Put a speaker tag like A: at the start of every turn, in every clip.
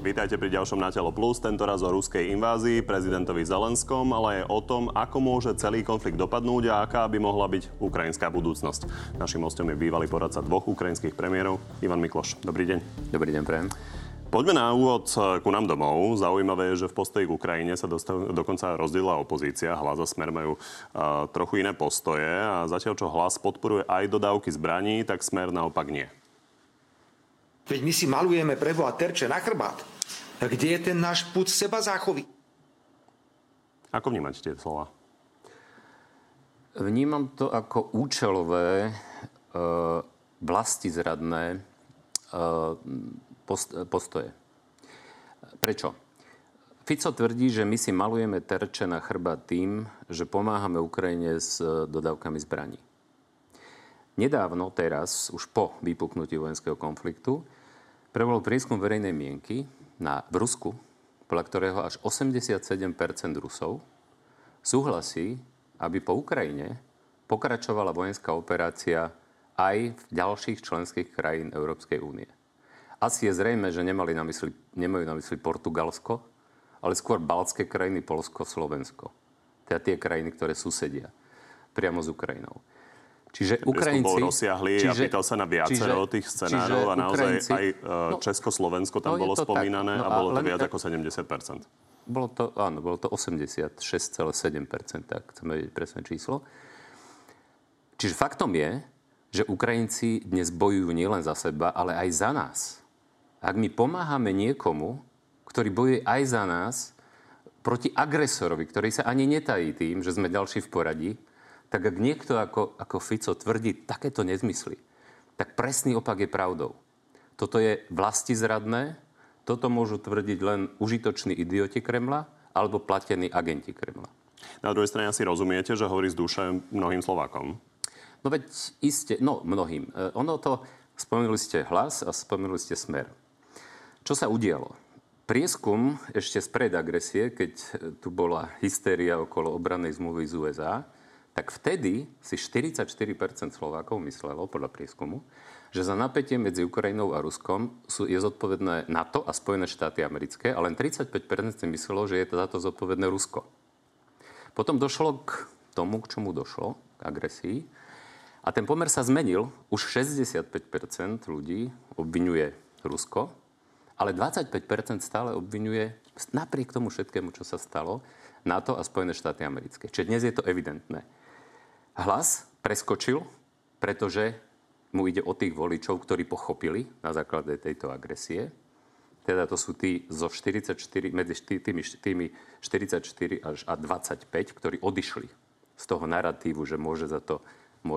A: Vítajte pri ďalšom Na telo plus, tentoraz o ruskej invázii, prezidentovi Zelenskom, ale aj o tom, ako môže celý konflikt dopadnúť a aká by mohla byť ukrajinská budúcnosť. Naším hostom je bývalý poradca dvoch ukrajinských premiérov, Ivan Mikloš. Dobrý deň.
B: Dobrý deň, prajem.
A: Poďme na úvod ku nám domov. Zaujímavé je, že v postoji k Ukrajine sa dokonca rozdielila opozícia. Hlas a Smer majú trochu iné postoje a zatiaľ, čo Hlas podporuje aj dodávky zbraní, tak Smer naopak nie.
C: Veď my si malujeme preboha terče na chrbát. A kde je ten náš pud seba záchovy?
A: Ako vnímate tie slova?
B: Vnímam to ako účelové, vlastizradné postoje. Prečo? Fico tvrdí, že my si malujeme terče na chrbát tým, že pomáhame Ukrajine s dodávkami zbraní. Nedávno, teraz, už po vypuknutí vojenského konfliktu, prebol prieskum verejnej mienky v Rusku, podľa ktorého až 87% Rusov súhlasí, aby po Ukrajine pokračovala vojenská operácia aj v ďalších členských krajín Európskej únie. Asi je zrejme, že nemajú na mysli Portugalsko, ale skôr baltské krajiny, Poľsko, Slovensko. Teda tie krajiny, ktoré susedia priamo s Ukrajinou. Čiže Ukrajinci...
A: bol rozsiahlý a pýtal sa na viacero tých scenárov a naozaj aj Československo tam bolo spomínané a bolo to viac ako 70%.
B: Bolo to 86,7%, tak chceme vedieť presné číslo. Čiže faktom je, že Ukrajinci dnes bojujú nielen za seba, ale aj za nás. Ak my pomáhame niekomu, ktorý bojuje aj za nás, proti agresorovi, ktorý sa ani netají tým, že sme ďalší v poradí, tak ak niekto ako Fico tvrdí takéto nezmysly, tak presný opak je pravdou. Toto je vlastizradné, toto môžu tvrdiť len užitoční idioti Kremla alebo platení agenti Kremla.
A: Na druhej strane asi rozumiete, že hovorí z duše mnohým Slovákom.
B: No veď iste, mnohým. Spomenuli ste Hlas a spomenuli ste Smer. Čo sa udialo? Prieskum ešte spred agresie, keď tu bola hystéria okolo obrannej zmluvy z USA, tak vtedy si 44% Slovákov myslelo, podľa prieskumu, že za napätie medzi Ukrajinou a Ruskom je zodpovedné NATO a Spojené štáty americké, a len 35% si myslelo, že je za to zodpovedné Rusko. Potom došlo k tomu, k čomu došlo, k agresii. A ten pomer sa zmenil. Už 65% ľudí obviňuje Rusko, ale 25% stále obviňuje, napriek tomu všetkému, čo sa stalo, NATO a Spojené štáty americké. Čiže dnes je to evidentné. Hlas preskočil, pretože mu ide o tých voličov, ktorí pochopili na základe tejto agresie. Teda to sú tí zo 44, medzi tými 44 až a 25, ktorí odišli z toho naratívu, že môže za to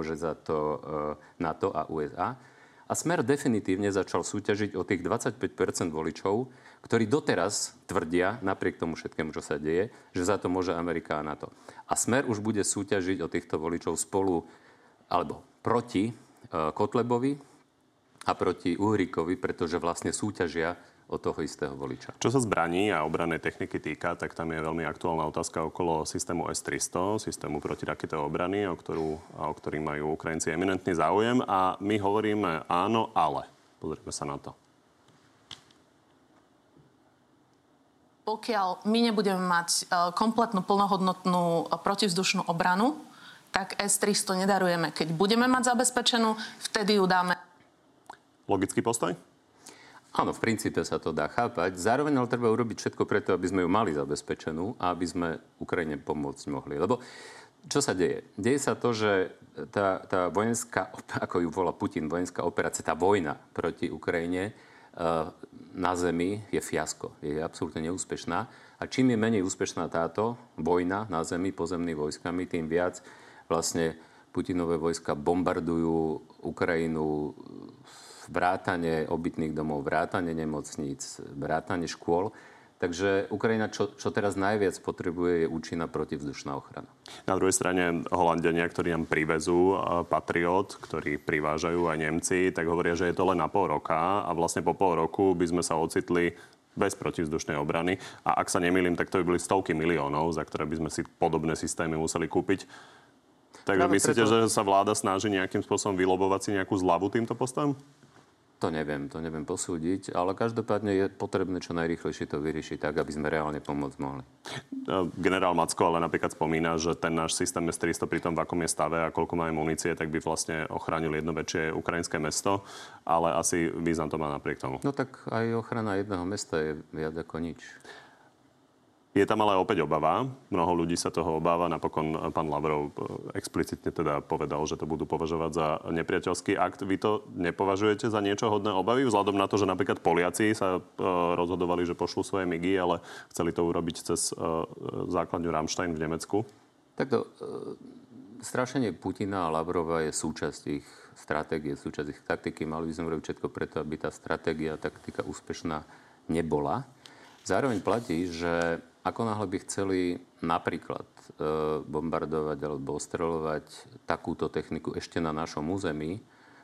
B: NATO a USA. A Smer definitívne začal súťažiť o tých 25% voličov, ktorí doteraz tvrdia, napriek tomu všetkému, čo sa deje, že za to môže Amerika a NATO. A Smer už bude súťažiť o týchto voličov spolu alebo proti Kotlebovi a proti Uhríkovi, pretože vlastne súťažia od toho istého voliča.
A: Čo sa zbraní a obrannej techniky týka, tak tam je veľmi aktuálna otázka okolo systému S-300, systému protiraketovej obrany, o ktorý majú Ukrajinci eminentný záujem. A my hovoríme áno, ale. Pozrime sa na to.
D: Pokiaľ my nebudeme mať kompletnú plnohodnotnú protivzdušnú obranu, tak S-300 nedarujeme. Keď budeme mať zabezpečenú, vtedy ju dáme.
A: Logický postoj?
B: Áno, v princípe sa to dá chápať. Zároveň ale treba urobiť všetko preto, aby sme ju mali zabezpečenú a aby sme Ukrajine pomôcť mohli. Lebo čo sa deje? Deje sa to, že tá vojenská, ako ju volá Putin, vojenská operácia, tá vojna proti Ukrajine na zemi je fiasko. Je absolútne neúspešná. A čím je menej úspešná táto vojna na zemi pozemnými vojskami, tým viac vlastne Putinové vojska bombardujú Ukrajinu, vrátane obytných domov, vrátane nemocníc, vrátane škôl. Takže Ukrajina, čo teraz najviac potrebuje, je účinná protivzdušná ochrana.
A: Na druhej strane Holanďania, ktorí nám privezú Patriot, ktorí privážajú aj Nemci, tak hovoria, že je to len na pol roka a vlastne po pol roku by sme sa ocitli bez protivzdušnej obrany. A ak sa nemýlim, tak to by boli stovky miliónov, za ktoré by sme si podobné systémy museli kúpiť. Takže myslíte, že sa vláda snaží nejakým spôsobom vylobovať si nejakú zľavu týmto postojom?
B: To neviem posúdiť, ale každopádne je potrebné čo najrýchlejšie to vyriešiť tak, aby sme reálne pomôcť mohli.
A: Generál Macko ale napríklad spomína, že ten náš systém S-300 pri tom, v akom je stave a koľko máme munície, tak by vlastne ochránil jedno väčšie ukrajinské mesto, ale asi význam to má napriek tomu.
B: No tak aj ochrana jedného mesta je viac ako nič.
A: Je tam ale opäť obava. Mnoho ľudí sa toho obáva. Napokon pán Lavrov explicitne teda povedal, že to budú považovať za nepriateľský akt. Vy to nepovažujete za niečo hodné obavy? Vzhľadom na to, že napríklad Poliaci sa rozhodovali, že pošlú svoje migy, ale chceli to urobiť cez základňu Rammstein v Nemecku?
B: Takto strašenie Putina a Lavrova je súčasť ich stratégie, súčasť ich taktiky. Mali by sme robiť všetko preto, aby tá stratégia a taktika úspešná nebola. Zároveň platí, že ako náhle by chceli napríklad bombardovať alebo ostreľovať takúto techniku ešte na našom území,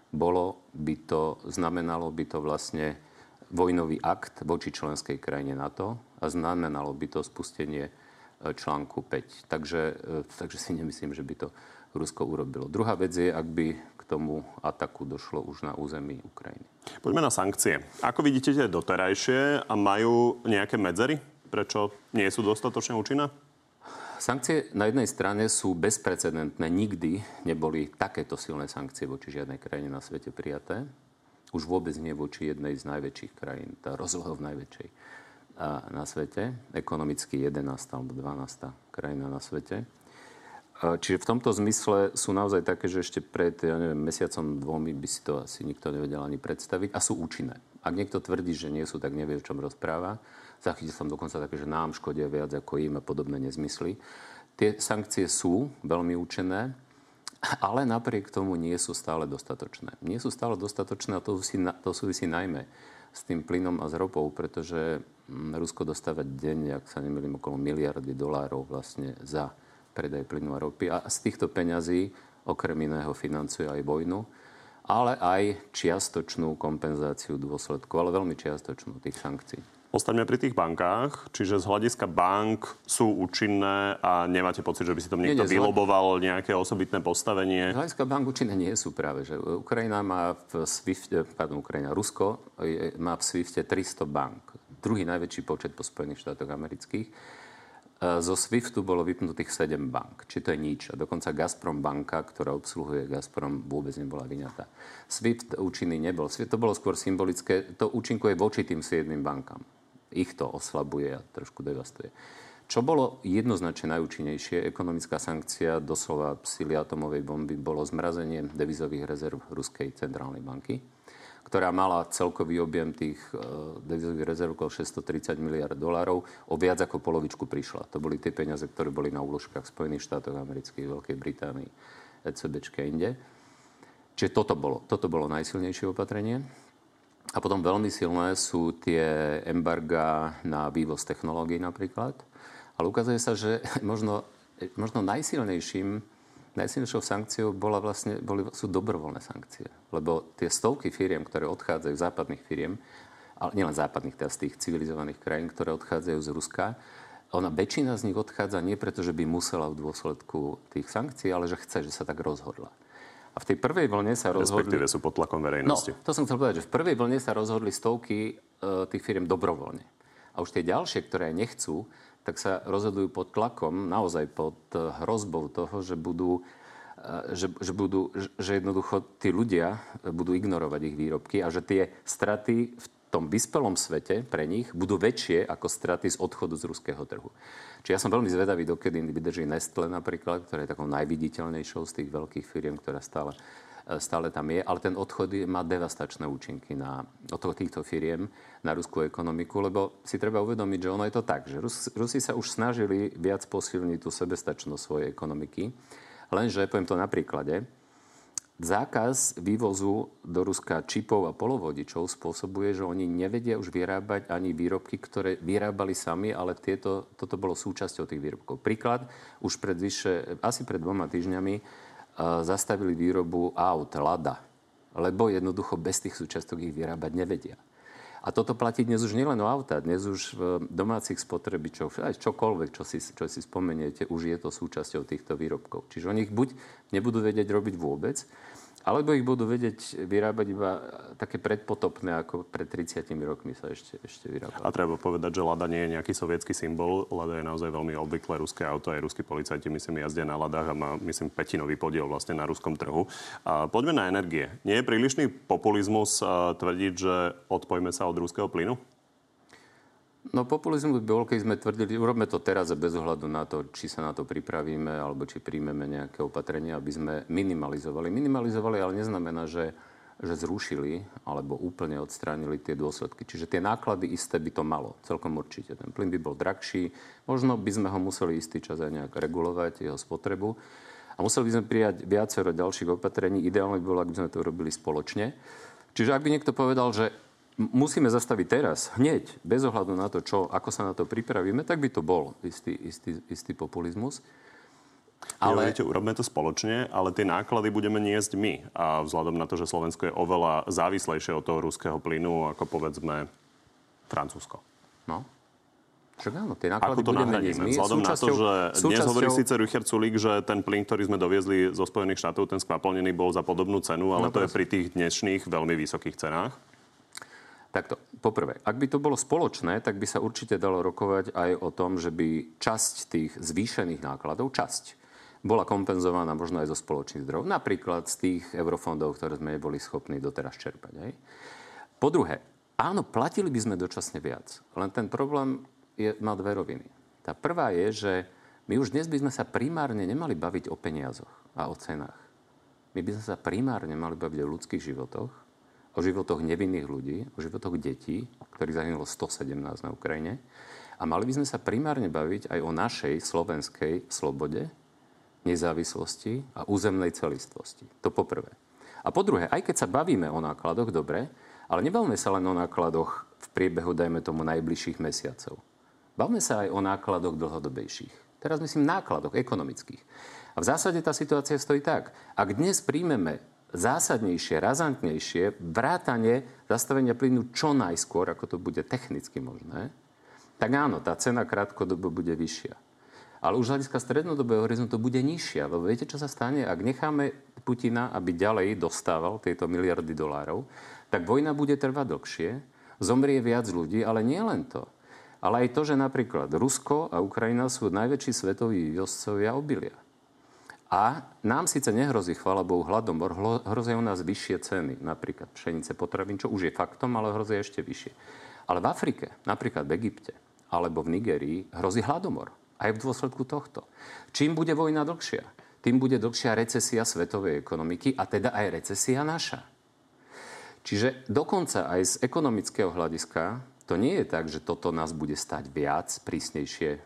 B: znamenalo by to vlastne vojnový akt voči členskej krajine NATO a znamenalo by to spustenie článku 5. Takže si nemyslím, že by to Rusko urobilo. Druhá vec je, ak by k tomu ataku došlo už na území Ukrajiny.
A: Poďme na sankcie. Ako vidíte tie doterajšie a majú nejaké medzery? Prečo nie sú dostatočne účinné?
B: Sankcie na jednej strane sú bezprecedentné. Nikdy neboli takéto silné sankcie voči žiadnej krajine na svete prijaté. Už vôbec nie voči jednej z najväčších krajín, tá rozlohou najväčšej na svete. Ekonomicky 11. alebo 12. krajina na svete. Čiže v tomto zmysle sú naozaj také, že ešte pred mesiacom, dvomi by si to asi nikto nevedel ani predstaviť a sú účinné. Ak niekto tvrdí, že nie sú, tak nevie, o čom rozpráva. Zachytil som dokonca také, že nám škodia viac ako im a podobné nezmysly. Tie sankcie sú veľmi účinné, ale napriek tomu nie sú stále dostatočné. Nie sú stále dostatočné a to súvisí najmä s tým plynom a s ropou, pretože Rusko dostáva denne, ak sa nemýlim, okolo miliardy dolárov vlastne za predaj plynu a ropy. A z týchto peňazí okrem iného financuje aj vojnu, ale aj čiastočnú kompenzáciu dôsledkov, ale veľmi čiastočnú tých sankcií.
A: Ostaňme pri tých bankách. Čiže z hľadiska bank sú účinné a nemáte pocit, že by si tam niekto vyloboval nejaké osobitné postavenie?
B: Z hľadiska bank účinné nie sú práve. Že Rusko má v Swifte 300 bank. Druhý najväčší počet po Spojených štátoch amerických. Zo SWIFTu bolo vypnutých 7 bank. Či to je nič. A dokonca Gazprom banka, ktorá obsluhuje Gazprom, vôbec nebola vyňatá. SWIFT účinný nebol. To bolo skôr symbolické. To účinkuje voči tým 7 bankám. Ich to oslabuje a trošku devastuje. Čo bolo jednoznačne najúčinnejšie, ekonomická sankcia doslova sily atomovej bomby, bolo zmrazenie devizových rezerv Ruskej centrálnej banky, ktorá mala celkový objem tých devizových rezerv okolo 630 miliard dolárov. O viac ako polovičku prišla. To boli tie peniaze, ktoré boli na úložkách v Spojených štátoch amerických, Veľkej Británii, ECBčke a inde. Čiže toto bolo najsilnejšie opatrenie. A potom veľmi silné sú tie embargá na vývoz technológií napríklad. Ale ukazuje sa, že možno najsilnejšou sankciou sú dobrovoľné sankcie. Lebo tie stovky firiem, ktoré odchádzajú, západných firiem, ale nielen západných, teda z tých civilizovaných krajín, ktoré odchádzajú z Ruska, väčšina z nich odchádza nie preto, že by musela v dôsledku tých sankcií, ale že chce, že sa tak rozhodla. A v tej prvej vlne sa rozhodli...
A: Respektíve sú pod tlakom verejnosti.
B: No, to som chcel povedať, že v prvej vlne sa rozhodli stovky tých firiem dobrovoľne. A už tie ďalšie, ktoré nechcú, tak sa rozhodujú pod tlakom, naozaj pod hrozbou toho, že jednoducho tí ľudia budú ignorovať ich výrobky a že tie straty v tom vyspelom svete pre nich budú väčšie ako straty z odchodu z ruského trhu. Čiže ja som veľmi zvedavý, dokedy vydrží Nestlé napríklad, ktorá je takou najviditeľnejšou z tých veľkých firiem, ktorá stále tam je, ale ten odchod má devastačné účinky od týchto firiem na ruskú ekonomiku, lebo si treba uvedomiť, že ono je to tak, že Rusi sa už snažili viac posilniť tú sebestačnosť svojej ekonomiky, lenže, poviem to na príklade, zákaz vývozu do Ruska čipov a polovodičov spôsobuje, že oni nevedia už vyrábať ani výrobky, ktoré vyrábali sami, ale toto bolo súčasťou tých výrobkov. Príklad, už asi pred 2 týždňami zastavili výrobu aut Lada, lebo jednoducho bez tých súčiastok ich vyrábať nevedia. A toto platí dnes už nielen o autá, dnes už v domácich spotrebičoch, aj čokoľvek, čo si spomeniete, už je to súčasťou týchto výrobkov. Čiže oni ich buď nebudú vedieť robiť vôbec, alebo ich budú vedieť vyrábať iba také predpotopné, ako pred 30 rokmi sa ešte vyrábali.
A: A treba povedať, že Lada nie je nejaký sovietský symbol. Lada je naozaj veľmi obvyklé ruské auto. Aj ruskí policajti, myslím, jazdia na Ladách a má, myslím, pätinový podiel vlastne na ruskom trhu. A poďme na energie. Nie je prílišný populizmus tvrdiť, že odpojme sa od ruského plynu?
B: No populizmus by bol, keď sme tvrdili, urobme to teraz a bez ohľadu na to, či sa na to pripravíme, alebo či príjmeme nejaké opatrenia, aby sme minimalizovali. Minimalizovali, ale neznamená, že zrušili alebo úplne odstránili tie dôsledky. Čiže tie náklady isté by to malo, celkom určite. Ten plyn by bol drahší, možno by sme ho museli istý čas aj nejak regulovať, jeho spotrebu. A museli by sme prijať viacero ďalších opatrení. Ideálne by bolo, ak by sme to robili spoločne. Čiže ak by niekto povedal, že musíme zastaviť teraz, hneď, bez ohľadu na to, ako sa na to pripravíme, tak by to bol istý populizmus.
A: Ale viete, urobme to spoločne, ale tie náklady budeme niesť my. A vzhľadom na to, že Slovensko je oveľa závislejšie od toho ruského plynu, ako povedzme Francúzsko.
B: No. Však áno, tie náklady
A: ako to
B: budeme niesť my.
A: Vzhľadom na to, že dnes hovorí síce Richard Sulík, že ten plyn, ktorý sme doviezli zo Spojených štátov, ten skvapalnený bol za podobnú cenu, ale to je pri tých dnešných veľmi vysokých cenách.
B: Takto, poprvé, ak by to bolo spoločné, tak by sa určite dalo rokovať aj o tom, že by časť tých zvýšených nákladov, bola kompenzovaná možno aj zo spoločných zdrojov. Napríklad z tých eurofondov, ktoré sme neboli schopní doteraz čerpať. Hej. Po druhé, áno, platili by sme dočasne viac. Len ten problém má dve roviny. Tá prvá je, že my už dnes by sme sa primárne nemali baviť o peniazoch a o cenách. My by sme sa primárne mali baviť o ľudských životoch, o životoch nevinných ľudí, o životoch detí, ktorých zahynulo 117 na Ukrajine. A mali by sme sa primárne baviť aj o našej slovenskej slobode, nezávislosti a územnej celistvosti. To poprvé. A po druhé, aj keď sa bavíme o nákladoch, dobre, ale nebavme sa len o nákladoch v priebehu, dajme tomu, najbližších mesiacov. Bavme sa aj o nákladoch dlhodobejších. Teraz myslím nákladoch ekonomických. A v zásade tá situácia stojí tak. Ak dnes príjmeme zásadnejšie, razantnejšie vrátanie zastavenia plynu čo najskôr, ako to bude technicky možné, tak áno, tá cena krátkodobo bude vyššia. Ale už z hľadiska strednodobého horizontu bude nižšia. Lebo viete, čo sa stane? Ak necháme Putina, aby ďalej dostával tieto miliardy dolárov, tak vojna bude trvať dlhšie, zomrie viac ľudí, ale nie len to. Ale aj to, že napríklad Rusko a Ukrajina sú najväčší svetoví vývozcovia obilia. A nám síce nehrozí, chvála Bohu, hladomor, hrozia u nás vyššie ceny, napríklad pšenice, potravín, čo už je faktom, ale hrozia ešte vyššie. Ale v Afrike, napríklad v Egypte alebo v Nigérii, hrozí hladomor. Aj v dôsledku tohto. Čím bude vojna dlhšia, tým bude dlhšia recesia svetovej ekonomiky a teda aj recesia naša. Čiže dokonca aj z ekonomického hľadiska to nie je tak, že toto nás bude stať viac, prísnejšie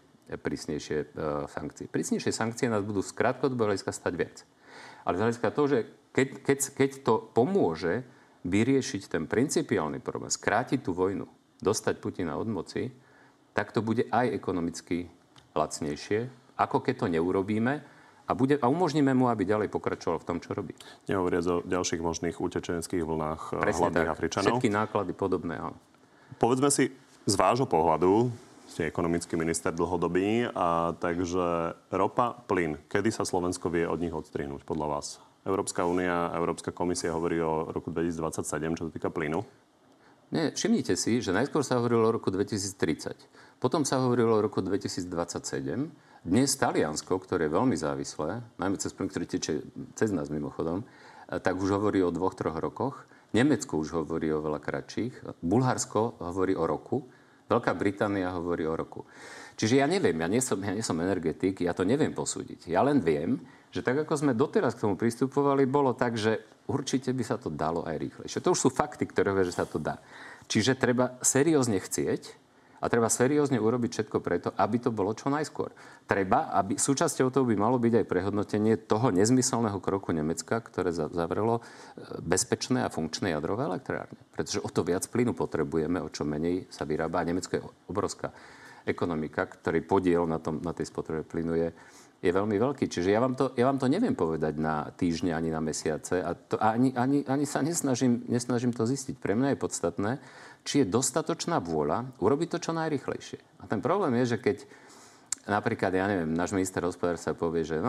B: sankcie. Prísnejšie sankcie nás budú z krátkodobého hľadiska stať viac. Ale z hľadiska toho, že keď to pomôže vyriešiť ten principiálny problém, skrátiť tú vojnu, dostať Putina od moci, tak to bude aj ekonomicky lacnejšie, ako keď to neurobíme a umožníme mu, aby ďalej pokračoval v tom, čo robí.
A: Nehovoriac o ďalších možných utečenských vlnách hladných Afričanov.
B: Všetky náklady podobné. Áno.
A: Povedzme si z vášho pohľadu, ste ekonomický minister dlhodobý, takže ropa, plyn, kedy sa Slovensko vie od nich odstrihnúť podľa vás? Európska únia, Európska komisia hovorí o roku 2027, čo sa týka plynu.
B: Nie, všimnite si, že najskôr sa hovorilo o roku 2030. Potom sa hovorilo o roku 2027. Dnes Taliansko, ktoré je veľmi závislé, najmä cez plyn, ktorý tečie cez nás mimochodom, tak už hovorí o 2-3 rokoch. Nemecko už hovorí o veľa kratších. Bulharsko hovorí o roku. Veľká Británia hovorí o roku. Čiže ja neviem, ja nie som energetik, ja to neviem posúdiť. Ja len viem, že tak, ako sme doteraz k tomu pristupovali, bolo tak, že určite by sa to dalo aj rýchlejšie. To už sú fakty, ktoré hovoria, že sa to dá. Čiže treba seriózne chcieť a treba seriózne urobiť všetko preto, aby to bolo čo najskôr. Treba, aby súčasťou toho by malo byť aj prehodnotenie toho nezmyselného kroku Nemecka, ktoré zavrelo bezpečné a funkčné jadrové elektrárne. Pretože o to viac plynu potrebujeme, o čo menej sa vyrába. A Nemecko je obrovská ekonomika, ktorý podiel na tej spotrebe plynu je veľmi veľký. Čiže ja vám to neviem povedať na týždne ani na mesiace a ani sa nesnažím to zistiť. Pre mňa je podstatné, či je dostatočná vôľa urobiť to čo najrýchlejšie. A ten problém je, že keď napríklad, náš minister hospodárstva povie, že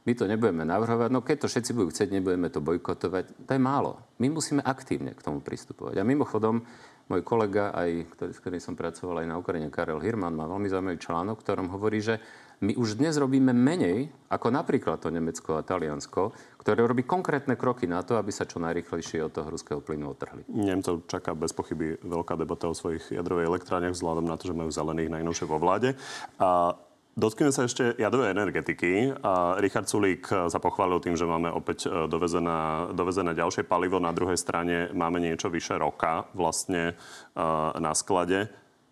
B: my to nebudeme navrhovať, no keď to všetci budú chcieť, nebudeme to bojkotovať. To je málo. My musíme aktívne k tomu pristupovať. A mimochodom, môj kolega, s ktorým som pracoval aj na Ukrajine, Karel Hirman, má veľmi zaujímavý článok, v ktorom hovorí, že my už dnes robíme menej, ako napríklad to Nemecko a Taliansko, ktoré robí konkrétne kroky na to, aby sa čo najrýchlejšie od toho ruského plynu otrhli.
A: Nemcov čaká bez pochyby veľká debata o svojich jadrových elektrárniach vzhľadom na to, že majú zelených najnovšie vo vláde. A dotkneme sa ešte jadrovej energetiky. Richard Sulík sa pochválil tým, že máme opäť dovezené ďalšie palivo. Na druhej strane máme niečo vyše roka vlastne na sklade.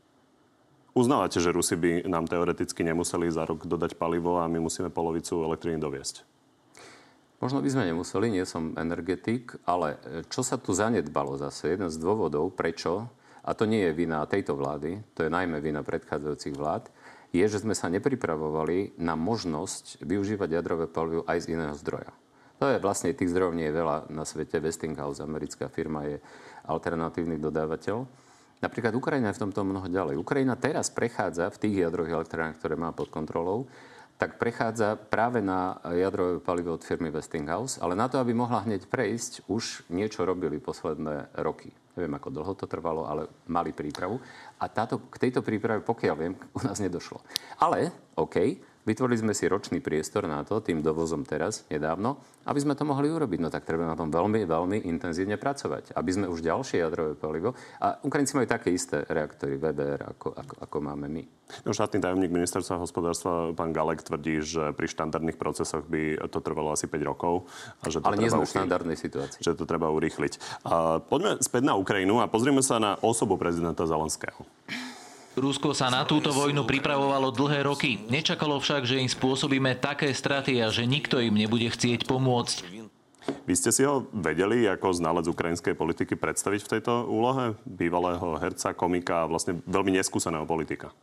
A: Uznávate, že Rusi by nám teoreticky nemuseli za rok dodať palivo a my musíme polovicu elektriny doviesť?
B: Možno by sme nemuseli, nie som energetik, ale čo sa tu zanedbalo zase, jeden z dôvodov, prečo, a to nie je vina tejto vlády, to je najmä vina predchádzajúcich vlád, je, že sme sa nepripravovali na možnosť využívať jadrové palivo aj z iného zdroja. To je vlastne, tých zdrojov nie je veľa na svete. Westinghouse, americká firma, je alternatívny dodávateľ. Napríklad Ukrajina je v tomto mnoho ďalej. Ukrajina teraz prechádza v tých jadrových elektrárnach, ktoré má pod kontrolou, tak prechádza práve na jadrové palivo od firmy Westinghouse, ale na to, aby mohla hneď prejsť, už niečo robili posledné roky. Neviem, ako dlho to trvalo, ale mali prípravu. A k tejto príprave, pokiaľ viem, u nás nedošlo. Ale, vytvorili sme si ročný priestor na to, tým dovozom teraz, nedávno, aby sme to mohli urobiť. No tak treba na tom veľmi, veľmi intenzívne pracovať. Aby sme už ďalšie jadrové palivo... A Ukrajinci majú také isté reaktory VBR, ako máme my.
A: No, štátny tajomník ministerstva hospodárstva, pán Galek, tvrdí, že pri štandardných procesoch by to trvalo asi 5 rokov. A že to
B: ale nie sme v štandardnej situácii. Že
A: to treba urýchliť. Poďme späť na Ukrajinu a pozrieme sa na osobu prezidenta Zelenského.
E: Rusko sa na túto vojnu pripravovalo dlhé roky. Nečakalo však, že im spôsobíme také straty a že nikto im nebude chcieť pomôcť.
A: Vy ste si ho vedeli ako znalec ukrajinskej politiky predstaviť v tejto úlohe? Bývalého herca, komika a vlastne veľmi neskúseného politika.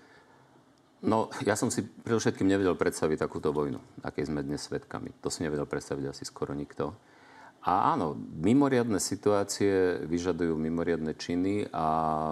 B: No, ja som si predovšetkým nevedel predstaviť takúto vojnu, akej sme dnes svedkami. To si nevedel predstaviť asi skoro nikto. A áno, mimoriadne situácie vyžadujú mimoriadne činy a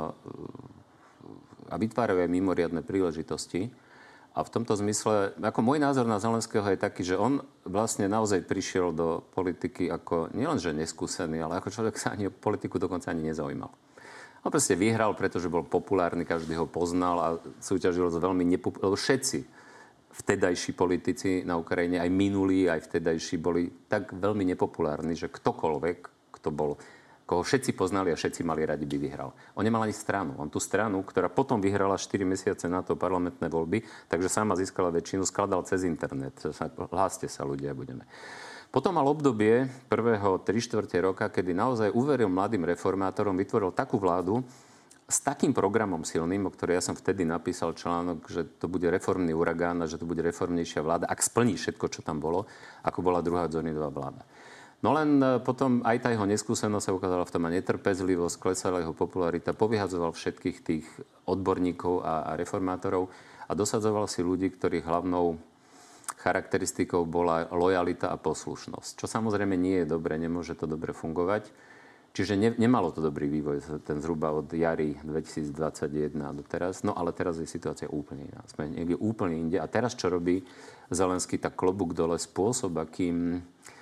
B: vytvárajú aj mimoriadne príležitosti. A v tomto zmysle, ako môj názor na Zelenského je taký, že on vlastne naozaj prišiel do politiky ako nielenže neskúsený, ale ako človek sa ani o politiku dokonca ani nezaujímal. On proste vyhral, pretože bol populárny, každý ho poznal a súťažil s veľmi nepopulárnym. Všetci vtedajší politici na Ukrajine, aj minulí, aj vtedajší, boli tak veľmi nepopulárni, že ktokoľvek, koho všetci poznali a všetci mali radi, by vyhral. On nemal ani stranu. On tú stranu, ktorá potom vyhrala 4 mesiace na to parlamentné voľby, takže sama získala väčšinu, skladal cez internet. Hláste sa, ľudia, budeme. Potom mal obdobie prvého 3/4 roka, kedy naozaj uveril mladým reformátorom, vytvoril takú vládu s takým programom silným, o ktorej ja som vtedy napísal článok, že to bude reformný uragán a že to bude reformnejšia vláda, ak splní všetko, čo tam bolo, ako bola druhá Dzurindová vláda. No len potom aj tá jeho neskúsenosť sa ukázala v tom a netrpezlivosť, klesala jeho popularita, povyhadzoval všetkých tých odborníkov a reformátorov a dosadzoval si ľudí, ktorých hlavnou charakteristikou bola lojalita a poslušnosť. Čo samozrejme nie je dobre, nemôže to dobre fungovať. Čiže nemalo to dobrý vývoj, ten zhruba od jary 2021 do teraz. No ale teraz je situácia úplne iná. Sme niekde úplne inde. A teraz čo robí Zelenský, tak klobúk dole, spôsob, akým...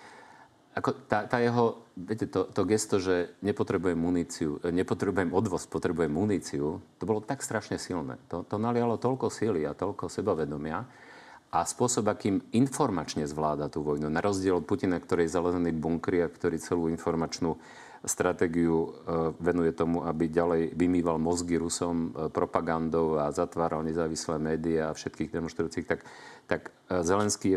B: tá jeho, viete, to gesto, že nepotrebujem muníciu, nepotrebujem odvoz, potrebujem muníciu, to bolo tak strašne silné. To nalialo toľko síly a toľko sebavedomia a spôsob, akým informačne zvláda tú vojnu. Na rozdiel od Putina, ktorý je zalezený bunkry a ktorý celú informačnú stratégiu venuje tomu, aby ďalej vymýval mozgy Rusom propagandou a zatváral nezávislé médiá a všetkých demonstrujúcich, tak Zelenský je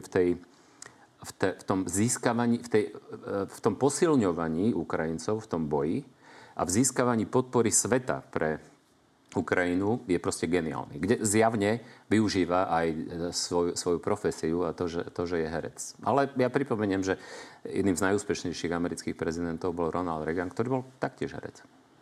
B: v tom získavaní, v tom posilňovaní Ukrajincov, v tom boji a v získavaní podpory sveta pre Ukrajinu je proste geniálny. Kde zjavne využíva aj svoju profesiu a to, že je herec. Ale ja pripomeniem, že jedným z najúspešnejších amerických prezidentov bol Ronald Reagan, ktorý bol taktiež herec.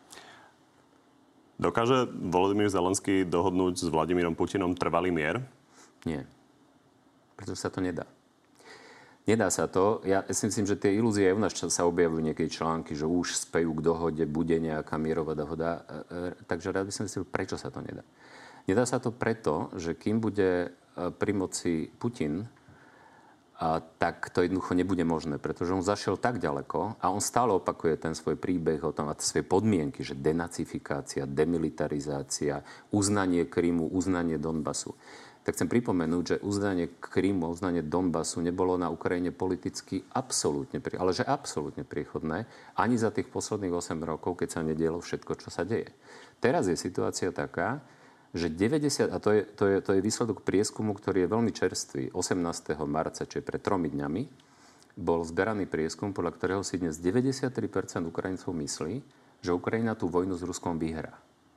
A: Dokáže Volodymyr Zelenský dohodnúť s Vladimírom Putinom trvalý mier?
B: Nie. Pretože sa to nedá. Nedá sa to. Ja si myslím, že tie ilúzie aj u nás sa objavujú niekedy články, že už spejú k dohode, bude nejaká mierová dohoda. Takže rád by som myslel, prečo sa to nedá. Nedá sa to preto, že kým bude pri moci Putin, tak to jednoducho nebude možné, pretože on zašiel tak ďaleko a on stále opakuje ten svoj príbeh o tom a svoje podmienky, že denacifikácia, demilitarizácia, uznanie Krymu, uznanie Donbasu. Tak chcem pripomenúť, že uznanie Krymu, uznanie Donbasu nebolo na Ukrajine politicky absolútne priechodné ani za tých posledných 8 rokov, keď sa nedielo všetko, čo sa deje. Teraz je situácia taká, že 90, a to je výsledok prieskumu, ktorý je veľmi čerstvý, 18. marca, čiže pred 3 dňami, bol zberaný prieskum, podľa ktorého si dnes 93% Ukrajincov myslí, že Ukrajina tú vojnu s Ruskom vyhrá.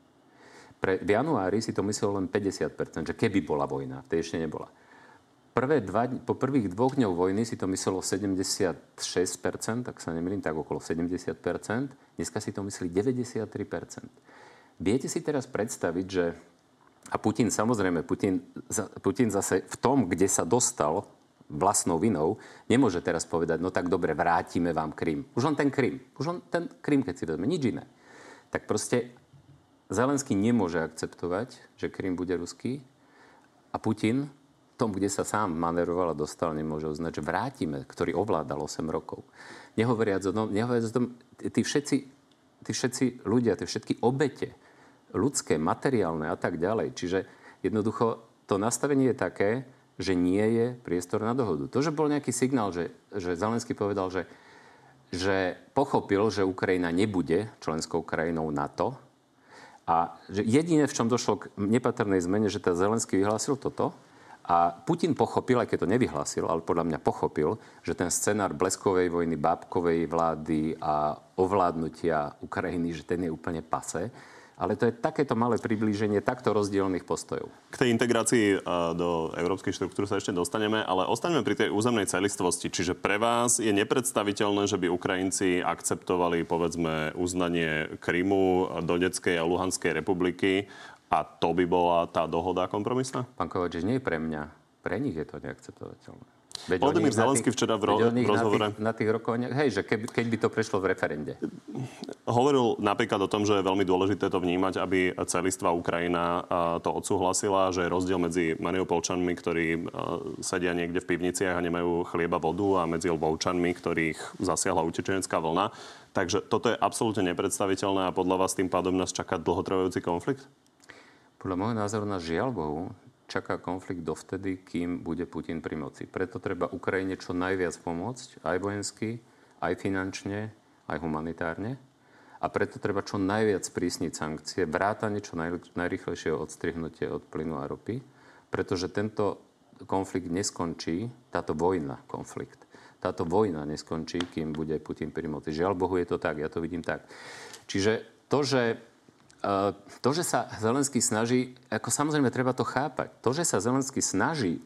B: V januári si to myslelo len 50%, že keby bola vojna, to ešte nebola. Po prvých 2 dňoch vojny si to myslelo 76%, tak sa nemýlim, tak okolo 70%. Dneska si to myslí 93%. Viete si teraz predstaviť, že a Putin zase v tom, kde sa dostal vlastnou vinou, nemôže teraz povedať, no tak dobre, vrátime vám Krym. Už len ten Krym, keď si vezme, nič iné. Tak proste Zelenský nemôže akceptovať, že Krym bude ruský a Putin v tom, kde sa sám manéroval a dostal, nemôže uznať, že vrátime, ktorý ovládal 8 rokov. Nehovoriac o tom, tí všetci ľudia, tie všetky obete, ľudské, materiálne a tak ďalej. Čiže jednoducho to nastavenie je také, že nie je priestor na dohodu. To, že bol nejaký signál, že Zelenský povedal, že pochopil, že Ukrajina nebude členskou krajinou NATO a že jediné, v čom došlo k nepatrnej zmene, že Zelenský vyhlásil toto a Putin pochopil, aj keď to nevyhlásil, ale podľa mňa pochopil, že ten scenár bleskovej vojny, bábkovej vlády a ovládnutia Ukrajiny, že ten je úplne pasé. Ale to je takéto malé priblíženie takto rozdielnych postojov.
A: K tej integrácii do európskych štruktúr sa ešte dostaneme, ale ostaňme pri tej územnej celistvosti. Čiže pre vás je nepredstaviteľné, že by Ukrajinci akceptovali, povedzme, uznanie Krymu, Donetskej a Luhanskej republiky a to by bola tá dohoda kompromisná?
B: Pán Kovačič, nie je pre mňa. Pre nich je to neakceptovateľné.
A: Volodymyr Zelenský včera v rozhovore
B: na tých rokovaniach, hej, že keď by to prešlo v referende.
A: Hovoril napríklad o tom, že je veľmi dôležité to vnímať, aby celistvá Ukrajina to odsúhlasila, že je rozdiel medzi Mariupolčanmi, ktorí sedia niekde v pivniciach a nemajú chlieba, vodu, a medzi Lvovčanmi, ktorých zasiahla utečenecká vlna. Takže toto je absolútne nepredstaviteľné a podľa vás tým pádom nás čaká dlhotrvajúci konflikt?
B: Podľa môjho názoru nás, žiaľ Bohu, čaká konflikt dovtedy, kým bude Putin pri moci. Preto treba Ukrajine čo najviac pomôcť, aj vojensky, aj finančne, aj humanitárne. A preto treba čo najviac prísniť sankcie, vrátane čo najrýchlejšieho odstrihnutie od plynu a ropy, pretože tento konflikt neskončí, táto vojna neskončí, kým bude Putin pri moci. Žiaľ Bohu, je to tak, ja to vidím tak. Čiže to, že sa Zelenský snaží, ako samozrejme treba to chápať, to, že sa Zelenský snaží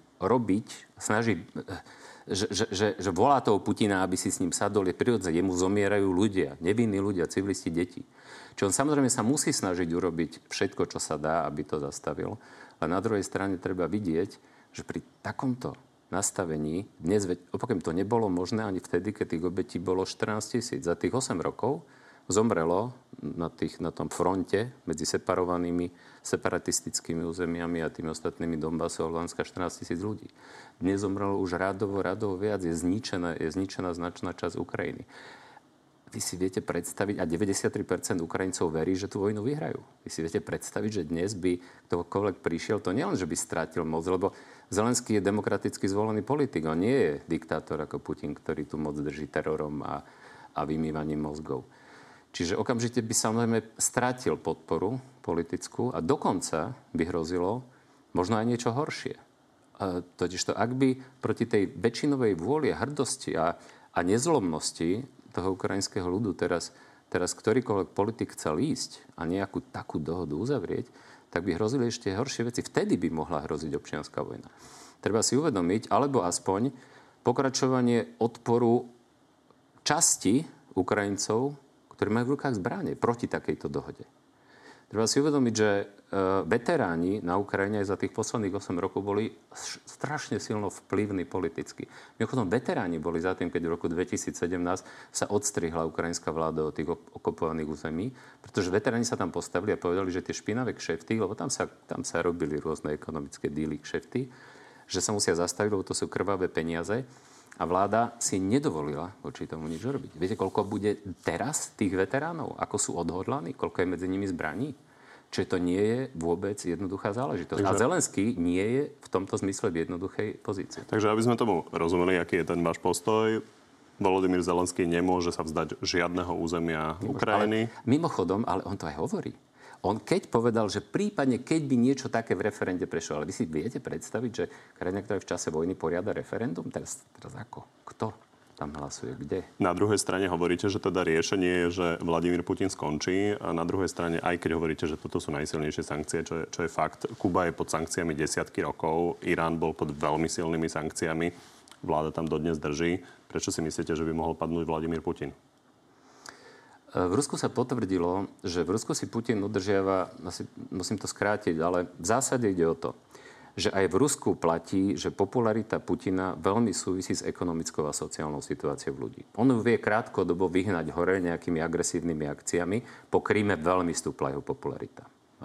B: že volá toho Putina, aby si s ním sadol, je prirodzené. Jemu zomierajú ľudia, nevinní ľudia, civilisti, deti. Čiže on samozrejme sa musí snažiť urobiť všetko, čo sa dá, aby to zastavil. Ale na druhej strane treba vidieť, že pri takomto nastavení dnes, opakujem, to nebolo možné ani vtedy, keď tých obetí bolo 14 000. Za tých 8 rokov zomrelo na tom fronte medzi separatistickými územiami a tými ostatnými Donbasu a Luhanska 14 000 ľudí. Dnes zomrelo už radovo viac. Je zničená značná časť Ukrajiny. Vy si viete predstaviť, a 93% Ukrajincov verí, že tú vojnu vyhrajú. Vy si viete predstaviť, že dnes by ktokoľvek prišiel, to nielen, že by strátil moc, lebo Zelenský je demokraticky zvolený politik. On nie je diktátor ako Putin, ktorý tu moc drží terorom a vymývaním mozgov. Čiže okamžite by samozrejme strátil podporu politickú a dokonca by hrozilo možno aj niečo horšie. Totižto, ak by proti tej väčšinovej vôli, hrdosti a nezlomnosti toho ukrajinského ľudu teraz ktorýkoľvek politik chcel ísť a nejakú takú dohodu uzavrieť, tak by hrozili ešte horšie veci. Vtedy by mohla hroziť občianska vojna. Treba si uvedomiť, alebo aspoň pokračovanie odporu časti Ukrajincov, ktorí majú v rukách zbrane proti takejto dohode. Treba si uvedomiť, že veteráni na Ukrajine za tých posledných 8 rokov boli strašne silno vplyvní politicky. Mimochodom, veteráni boli za tým, keď v roku 2017 sa odstrihla ukrajinská vláda od tých okupovaných území, pretože veteráni sa tam postavili a povedali, že tie špinavé kšefty, lebo tam sa robili rôzne ekonomické díly kšefty, že sa musia zastaviť, lebo to sú krvavé peniaze. A vláda si nedovolila voči tomu nič robiť. Viete, koľko bude teraz tých veteránov? Ako sú odhodlaní? Koľko je medzi nimi zbraní? Čiže to nie je vôbec jednoduchá záležitosť. A Zelenský nie je v tomto zmysle v jednoduchej pozícii.
A: Takže aby sme tomu rozumeli, aký je ten váš postoj, Volodymyr Zelenský nemôže sa vzdať žiadneho územia Ukrajiny.
B: Mimochodom, ale on to aj hovorí. On keď povedal, že prípadne, keď by niečo také v referende prešlo, ale vy si viete predstaviť, že krajina, ktorá je v čase vojny poriada referendum? Teraz ako? Kto tam hlasuje? Kde?
A: Na druhej strane hovoríte, že teda riešenie je, že Vladimír Putin skončí. A na druhej strane, aj keď hovoríte, že toto sú najsilnejšie sankcie, čo je fakt, Kuba je pod sankciami desiatky rokov, Irán bol pod veľmi silnými sankciami, vláda tam dodnes drží. Prečo si myslíte, že by mohol padnúť Vladimír Putin?
B: V Rusku sa potvrdilo, že v Rusku si Putin udržiava, musím to skrátiť, ale v zásade ide o to, že aj v Rusku platí, že popularita Putina veľmi súvisí s ekonomickou a sociálnou situáciou ľudí. On vie krátkodobo vyhnať hore nejakými agresívnymi akciami. Po Kríme veľmi stúpla jeho popularita.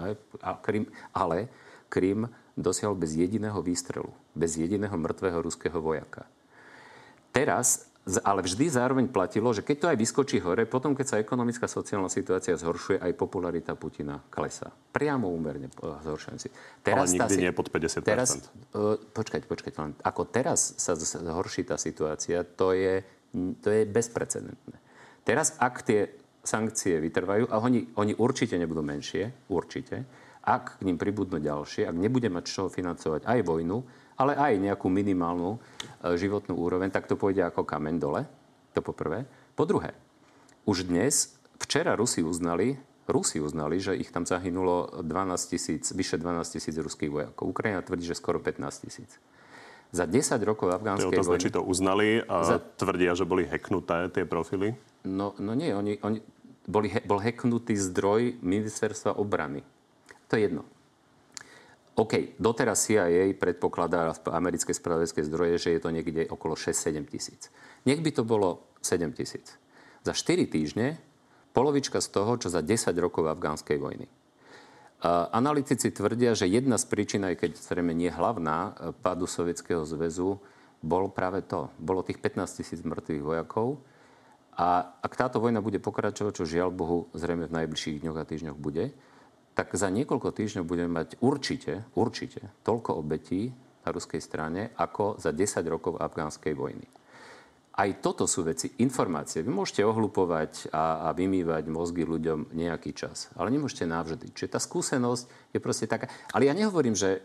B: Ale Krím dosiahol bez jediného výstrelu, bez jediného mŕtvého ruského vojaka. Teraz ale vždy zároveň platilo, že keď to aj vyskočí hore, potom, keď sa ekonomická sociálna situácia zhoršuje, aj popularita Putina klesá. Priamo úmerne zhoršujem si.
A: Teraz ale nikdy nie pod 50%.
B: Teraz, počkajte. Ako teraz sa zhorší tá situácia, to je bezprecedentné. Teraz, ak tie sankcie vytrvajú, a oni určite nebudú menšie, určite, ak k ním pribudnú ďalšie, ak nebude mať čo financovať aj vojnu, ale aj nejakú minimálnu životnú úroveň, tak to pôjde ako kameň dole. To po prvé. Po druhé, už dnes, včera Rusi uznali, že ich tam zahynulo vyše 12 000 ruských vojakov. Ukrajina tvrdí, že skoro 15 000. Za 10 rokov afgánskej vojny...
A: Či to uznali a tvrdia, že boli hacknuté tie profily?
B: No nie, bol hacknutý zdroj ministerstva obrany. To je jedno. OK, doteraz CIA predpokladá americké spravodajské zdroje, že je to niekde okolo 6-7 tisíc. Nech by to bolo 7 tisíc. Za 4 týždne polovička z toho, čo za 10 rokov afgánskej vojny. Analytici tvrdia, že jedna z príčin, aj keď zrejme nie hlavná, pádu Sovietskeho zväzu, bol práve to. Bolo tých 15 000 mŕtvych vojakov. A ak táto vojna bude pokračovať, čo žiaľ Bohu zrejme v najbližších dňoch a týždňoch bude, tak za niekoľko týždňov budeme mať určite toľko obetí na ruskej strane, ako za 10 rokov afgánskej vojny. Aj toto sú veci, informácie. Vy môžete ohlupovať a vymývať mozgy ľuďom nejaký čas, ale nemôžete navždy. Čiže tá skúsenosť je proste taká. Ale ja nehovorím, že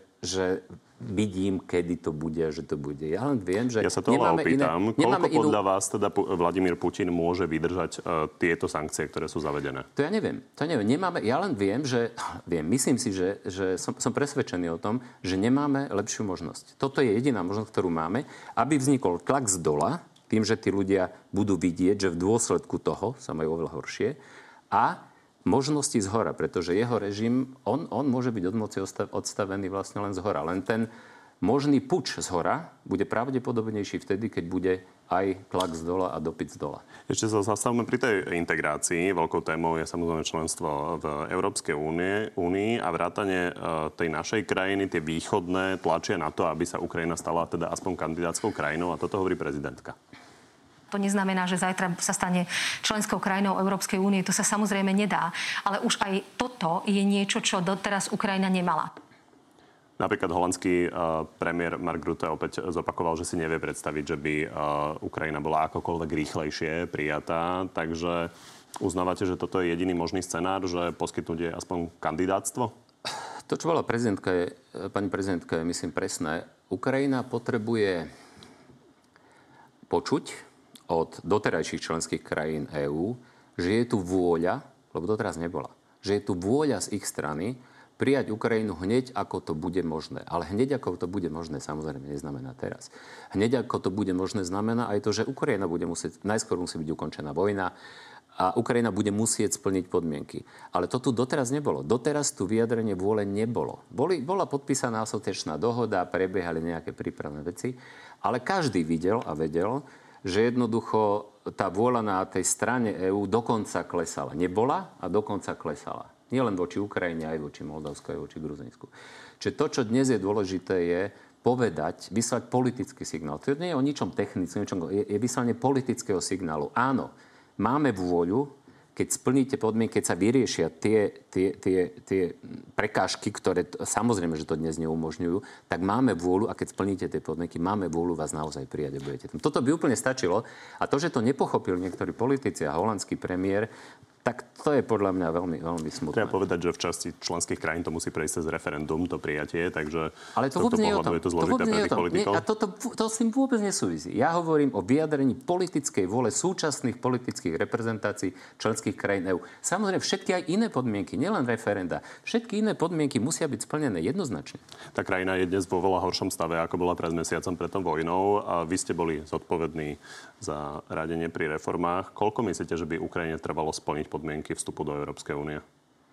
B: vidím, kedy to bude, že to bude. Ja len viem, že
A: ja sa to opýtam, koľko podľa vás teda Vladimír Putin môže vydržať tieto sankcie, ktoré sú zavedené?
B: To ja neviem. Ja len viem, myslím si, že som presvedčený o tom, že nemáme lepšiu možnosť. Toto je jediná možnosť, ktorú máme, aby vznikol tlak z dola, tým, že tí ľudia budú vidieť, že v dôsledku toho sa majú oveľa horšie, a možnosti zhora, pretože jeho režim, on môže byť od moci odstavený vlastne len zhora. Len ten možný puč zhora bude pravdepodobnejší vtedy, keď bude aj tlak z dola a dopyt z dola.
A: Ešte sa zastavme pri tej integrácii. Veľkou témou je samozrejme členstvo v Európskej únii a vrátane tej našej krajiny, tie východné, tlačia na to, aby sa Ukrajina stala teda aspoň kandidátskou krajinou, a toto hovorí prezidentka.
F: To neznamená, že zajtra sa stane členskou krajinou Európskej únie. To sa samozrejme nedá. Ale už aj toto je niečo, čo doteraz Ukrajina nemala.
A: Napríklad holandský premiér Mark Rutte opäť zopakoval, že si nevie predstaviť, že by Ukrajina bola akokoľvek rýchlejšie prijatá. Takže uznávate, že toto je jediný možný scenár, že poskytnúť je aspoň kandidátstvo?
B: To, čo bola pani prezidentka, je myslím presné. Ukrajina potrebuje počuť od doterajších členských krajín EÚ, že je tu vôľa, lebo doteraz nebola, že je tu vôľa z ich strany prijať Ukrajinu hneď, ako to bude možné. Ale hneď, ako to bude možné, samozrejme neznamená teraz. Hneď, ako to bude možné, znamená aj to, že Ukrajina najskôr musí byť ukončená vojna a Ukrajina bude musieť splniť podmienky. Ale to tu doteraz nebolo. Doteraz tu vyjadrenie vôle nebolo. Bola podpísaná asociačná dohoda, prebiehali nejaké prípravné veci, ale každý videl a vedel, že jednoducho tá vôľa na tej strane EÚ dokonca klesala. Nebola a dokonca klesala. Nie len voči Ukrajine, aj voči Moldavsku, aj voči Gruzínsku. Čiže to, čo dnes je dôležité, je vyslať politický signál. To nie je o ničom technickom, je vyslanie politického signálu. Áno, máme vôľu, keď splníte podmienky, keď sa vyriešia tie prekážky, ktoré samozrejme, že to dnes neumožňujú, tak máme vôľu, a keď splníte tie podmienky, máme vôľu vás naozaj prijať a budete tam. Toto by úplne stačilo. A to, že to nepochopil niektorí politici a holandský premiér, tak to je podľa mňa veľmi, veľmi smutné.
A: Treba povedať, že v časti členských krajín to musí prejsť cez referendum, to prijatie, takže
B: ale to
A: z tohto pohľadu je to zložité pre tých politikov.
B: A to s tým vôbec nesúvisí. Ja hovorím o vyjadrení politickej vôle súčasných politických reprezentácií členských krajín EÚ. Samozrejme, všetky aj iné podmienky, nielen referenda, všetky iné podmienky musia byť splnené jednoznačne.
A: Tá krajina je dnes vo veľa horšom stave, ako bola pred mesiacom pred tou vojnou. A vy ste boli zodpovední za radenie pri reformách. Koľko myslíte, že by Ukrajine trvalo splniť podmienky vstupu do Európskej únie?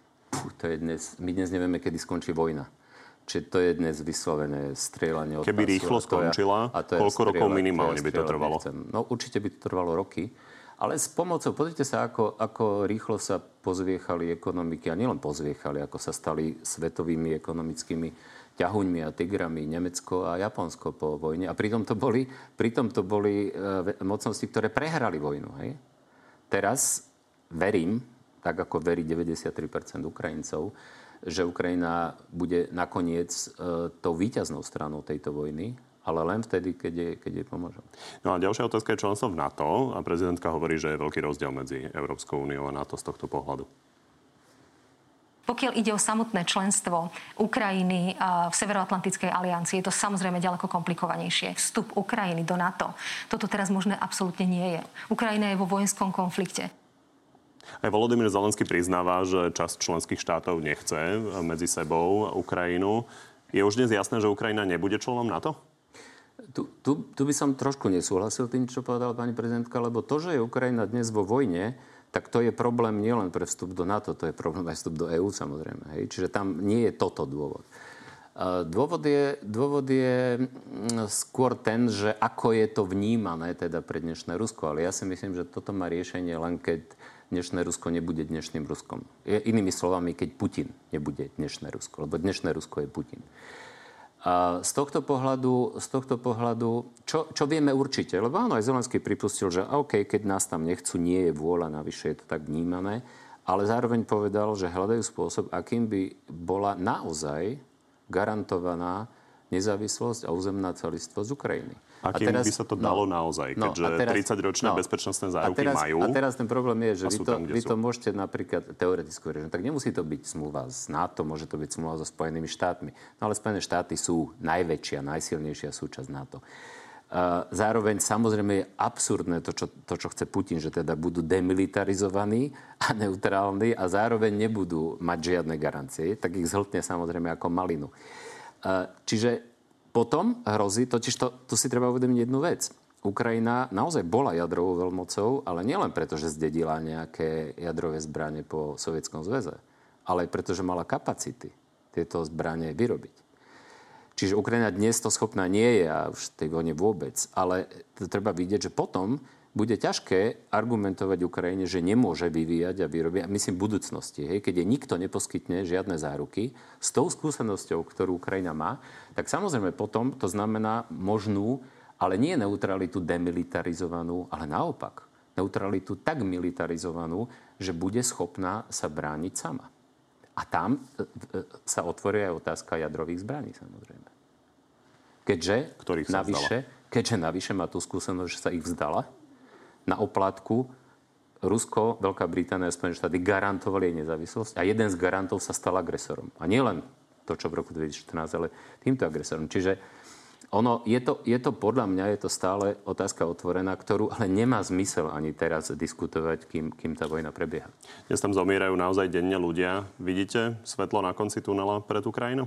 B: My dnes nevieme, kedy skončí vojna. Čiže to je dnes vyslovené strieľanie od
A: Keby rýchlo skončila, koľko rokov minimálne by to trvalo?
B: No určite by to trvalo roky. Ale s pomocou, pozrite sa, ako rýchlo sa pozviechali ekonomiky, a nielen pozviechali, ako sa stali svetovými ekonomickými ťahuňmi a tigrami Nemecko a Japonsko po vojne. A pritom to boli mocnosti, ktoré prehrali vojnu. Hej? Teraz verím, tak ako verí 93% Ukrajincov, že Ukrajina bude nakoniec tou víťaznou stranou tejto vojny, ale len vtedy, keď jej pomôžu.
A: No a ďalšia otázka je členstvo v NATO. A prezidentka hovorí, že je veľký rozdiel medzi Európskou úniou a NATO z tohto pohľadu.
F: Pokiaľ ide o samotné členstvo Ukrajiny v Severoatlantickej aliancii, je to samozrejme ďaleko komplikovanejšie. Vstup Ukrajiny do NATO, toto teraz možné absolútne nie je. Ukrajina je vo vojenskom konflikte.
A: Aj Volodymyr Zelenský priznáva, že časť členských štátov nechce medzi sebou Ukrajinu. Je už dnes jasné, že Ukrajina nebude členom NATO?
B: Tu by som trošku nesúhlasil tým, čo povedala pani prezidentka, lebo to, že je Ukrajina dnes vo vojne, tak to je problém nielen pre vstup do NATO, to je problém aj vstup do EÚ, samozrejme. Hej? Čiže tam nie je toto dôvod. Dôvod je skôr ten, že ako je to vnímané teda pre dnešné Rusko. Ale ja si myslím, že toto má riešenie len keď dnešné Rusko nebude dnešným Ruskom. Inými slovami, keď Putin nebude dnešné Rusko. Lebo dnešné Rusko je Putin. A z tohto pohľadu čo vieme určite? Lebo áno, aj Zelenský pripustil, že OK, keď nás tam nechcú, nie je vôľa, navyše je to tak vnímané. Ale zároveň povedal, že hľadajú spôsob, akým by bola naozaj garantovaná nezávislosť a územná celistvosť Ukrajiny.
A: Akým by sa to dalo naozaj, keďže 30-ročné bezpečnostné záruky majú?
B: A teraz ten problém je, že vy to môžete napríklad teoreticky riešiť. Tak nemusí to byť zmluva s NATO, môže to byť zmluva so Spojenými štátmi. No ale Spojené štáty sú najväčšia, najsilnejšia súčasť NATO. Zároveň samozrejme je absurdné to, čo chce Putin, že teda budú demilitarizovaní a neutrálni a zároveň nebudú mať žiadne garancie. Tak ich zhltne samozrejme ako malinu. Čiže potom hrozí, totiž tu si treba uvedomiť jednu vec. Ukrajina naozaj bola jadrovou veľmocou, ale nielen preto, že zdedila nejaké jadrové zbrane po Sovietskom zväze, ale aj preto, že mala kapacity tieto zbrane vyrobiť. Čiže Ukrajina dnes to schopná nie je a už tej vojne vôbec, ale to treba vidieť, že potom bude ťažké argumentovať Ukrajine, že nemôže vyvíjať a vyrobiť, myslím, v budúcnosti, keď jej nikto neposkytne žiadne záruky, s tou skúsenosťou, ktorú Ukrajina má, tak samozrejme potom to znamená možnú, ale nie neutralitu demilitarizovanú, ale naopak, neutralitu tak militarizovanú, že bude schopná sa brániť sama. A tam sa otvorí aj otázka jadrových zbraní, samozrejme. Keďže navyše má tú skúsenosť, že sa ich vzdala, na oplátku Rusko, Veľká Británia a Spojené štáty garantovali jej nezávislosť a jeden z garantov sa stal agresorom. A nie len to, čo v roku 2014, ale týmto agresorom. Čiže je to podľa mňa, je to stále otázka otvorená, ktorú ale nemá zmysel ani teraz diskutovať, kým tá vojna prebieha.
A: Dnes tam zomierajú naozaj denne ľudia. Vidíte svetlo na konci tunela pred Ukrajinou?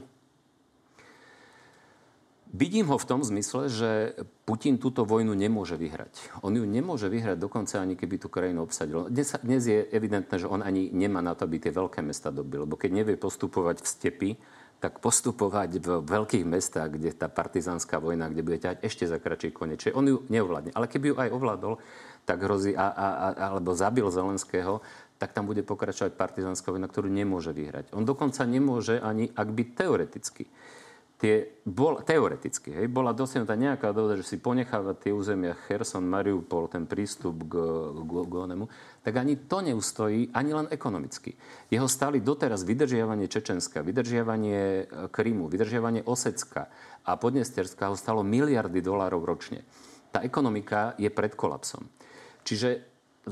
B: Vidím ho v tom zmysle, že Putin túto vojnu nemôže vyhrať. On ju nemôže vyhrať dokonca ani keby tú krajinu obsadil. Dnes je evidentné, že on ani nemá na to, aby tie veľké mestá dobil. Lebo keď nevie postupovať v stepi, tak postupovať v veľkých mestách, kde tá partizánska vojna, kde bude ťahať ešte za kratší koniec. Čiže on ju neovládne. Ale keby ju aj ovládol, tak hrozí, alebo zabil Zelenského, tak tam bude pokračovať partizánska vojna, ktorú nemôže vyhrať. On dokonca nemôže ani, ak by teoreticky teoreticky, bola dosiahnutá nejaká dohoda, že si ponechávať tie územia Cherson, Mariupol, ten prístup k onemu, tak ani to neustojí, ani len ekonomicky. Jeho stáli doteraz vydržiavanie Čečenska, vydržiavanie Krymu, vydržiavanie Osecka a Podnesterska ho stalo miliardy dolárov ročne. Tá ekonomika je pred kolapsom. Čiže